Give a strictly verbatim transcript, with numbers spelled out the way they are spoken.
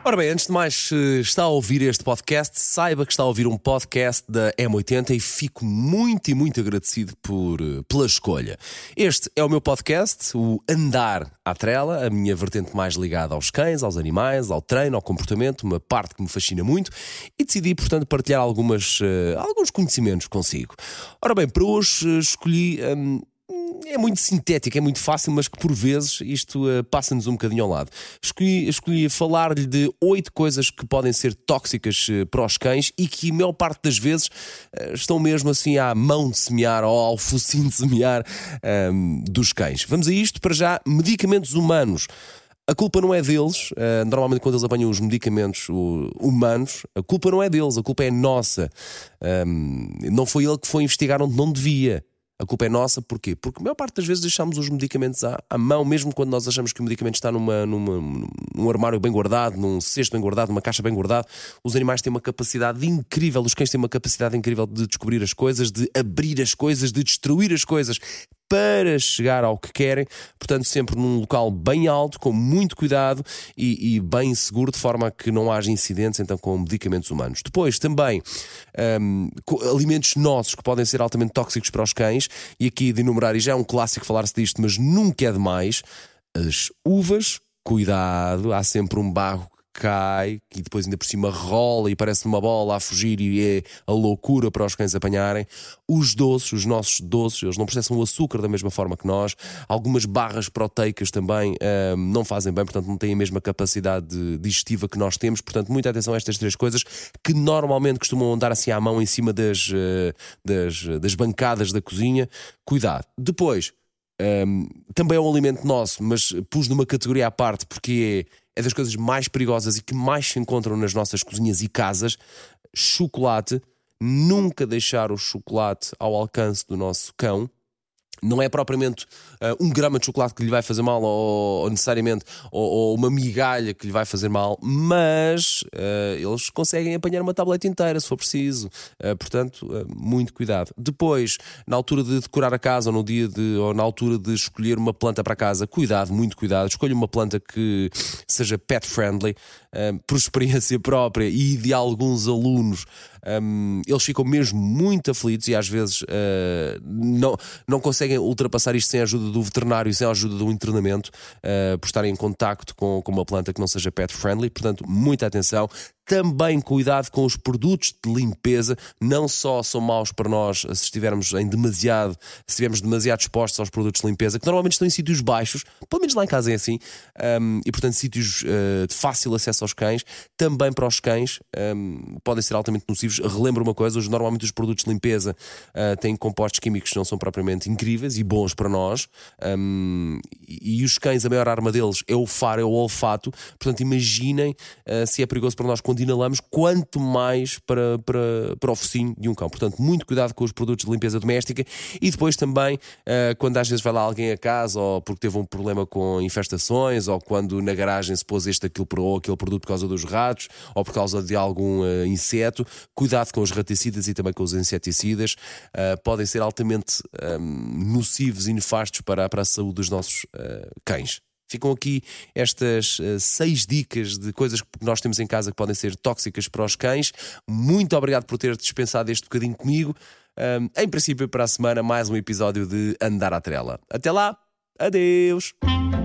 Ora bem, antes de mais, se está a ouvir este podcast, saiba que está a ouvir um podcast da M oitenta e fico muito e muito agradecido por, pela escolha. Este é o meu podcast, o Andar à Trela, a minha vertente mais ligada aos cães, aos animais, ao treino, ao comportamento, uma parte que me fascina muito e decidi, portanto, partilhar algumas, uh, alguns conhecimentos consigo. Ora bem, para hoje uh, escolhi... Um, É muito sintético, é muito fácil, mas que por vezes isto uh, passa-nos um bocadinho ao lado. Escolhi, escolhi falar-lhe de oito coisas que podem ser tóxicas uh, para os cães e que a maior parte das vezes uh, estão mesmo assim à mão de semear ou ao focinho de semear um, dos cães. Vamos a isto. Para já, medicamentos humanos. A culpa não é deles, uh, normalmente quando eles apanham os medicamentos uh, humanos, a culpa não é deles, a culpa é nossa. Um, não foi ele que foi investigar onde não devia. A culpa é nossa, porquê? Porque a maior parte das vezes deixamos os medicamentos à, à mão, mesmo quando nós achamos que o medicamento está numa, numa, num armário bem guardado, num cesto bem guardado, numa caixa bem guardada. Os animais têm uma capacidade incrível, os cães têm uma capacidade incrível de descobrir as coisas, de abrir as coisas, de destruir as coisas para chegar ao que querem, portanto sempre num local bem alto, com muito cuidado e, e bem seguro, de forma a que não haja incidentes então com medicamentos humanos. Depois também um, alimentos nossos que podem ser altamente tóxicos para os cães, e aqui de enumerar, e já é um clássico falar-se disto, mas nunca é demais, as uvas, cuidado, há sempre um barro cai e depois ainda por cima rola e parece uma bola a fugir e é a loucura para os cães apanharem. Os doces, os nossos doces, eles não processam o açúcar da mesma forma que nós. Algumas barras proteicas também hum, não fazem bem, portanto não têm a mesma capacidade digestiva que nós temos. Portanto, muita atenção a estas três coisas que normalmente costumam andar assim à mão em cima das, das, das bancadas da cozinha. Cuidado. Depois, hum, também é um alimento nosso, mas pus numa categoria à parte porque é É das coisas mais perigosas e que mais se encontram nas nossas cozinhas e casas. Chocolate. Nunca deixar o chocolate ao alcance do nosso cão. Não é propriamente uh, um grama de chocolate que lhe vai fazer mal ou, ou necessariamente ou, ou uma migalha que lhe vai fazer mal, mas uh, eles conseguem apanhar uma tableta inteira se for preciso, uh, portanto uh, muito cuidado. Depois, na altura de decorar a casa ou no dia de, ou na altura de escolher uma planta para a casa, cuidado, muito cuidado. Escolha uma planta que seja pet friendly, uh, por experiência própria e de alguns alunos. Um, eles ficam mesmo muito aflitos e às vezes uh, não, não conseguem ultrapassar isto sem a ajuda do veterinário, sem a ajuda do internamento, uh, por estarem em contacto com, com uma planta que não seja pet friendly. Portanto, muita atenção. Também cuidado com os produtos de limpeza. Não só são maus para nós se estivermos em demasiado, se estivermos demasiado expostos aos produtos de limpeza, que normalmente estão em sítios baixos, pelo menos lá em casa é assim, um, e portanto sítios uh, de fácil acesso aos cães. Também para os cães um, podem ser altamente nocivos. Relembro uma coisa, hoje, normalmente os produtos de limpeza uh, têm compostos químicos que não são propriamente incríveis e bons para nós, um, e, e os cães, a maior arma deles é o faro, é o olfato. Portanto, imaginem uh, se é perigoso para nós quando inalamos, quanto mais para, para, para o focinho de um cão. Portanto, muito cuidado com os produtos de limpeza doméstica. E depois também, uh, quando às vezes vai lá alguém a casa, ou porque teve um problema com infestações, ou quando na garagem se pôs este, aquilo, ou aquele produto por causa dos ratos, ou por causa de algum uh, inseto, cuidado com os raticidas e também com os inseticidas. Uh, podem ser altamente um, nocivos e nefastos para, para a saúde dos nossos uh, cães. Ficam aqui estas uh, seis dicas de coisas que nós temos em casa que podem ser tóxicas para os cães. Muito obrigado por ter dispensado este bocadinho comigo. Um, em princípio, para a semana, mais um episódio de Andar à Trela. Até lá, adeus!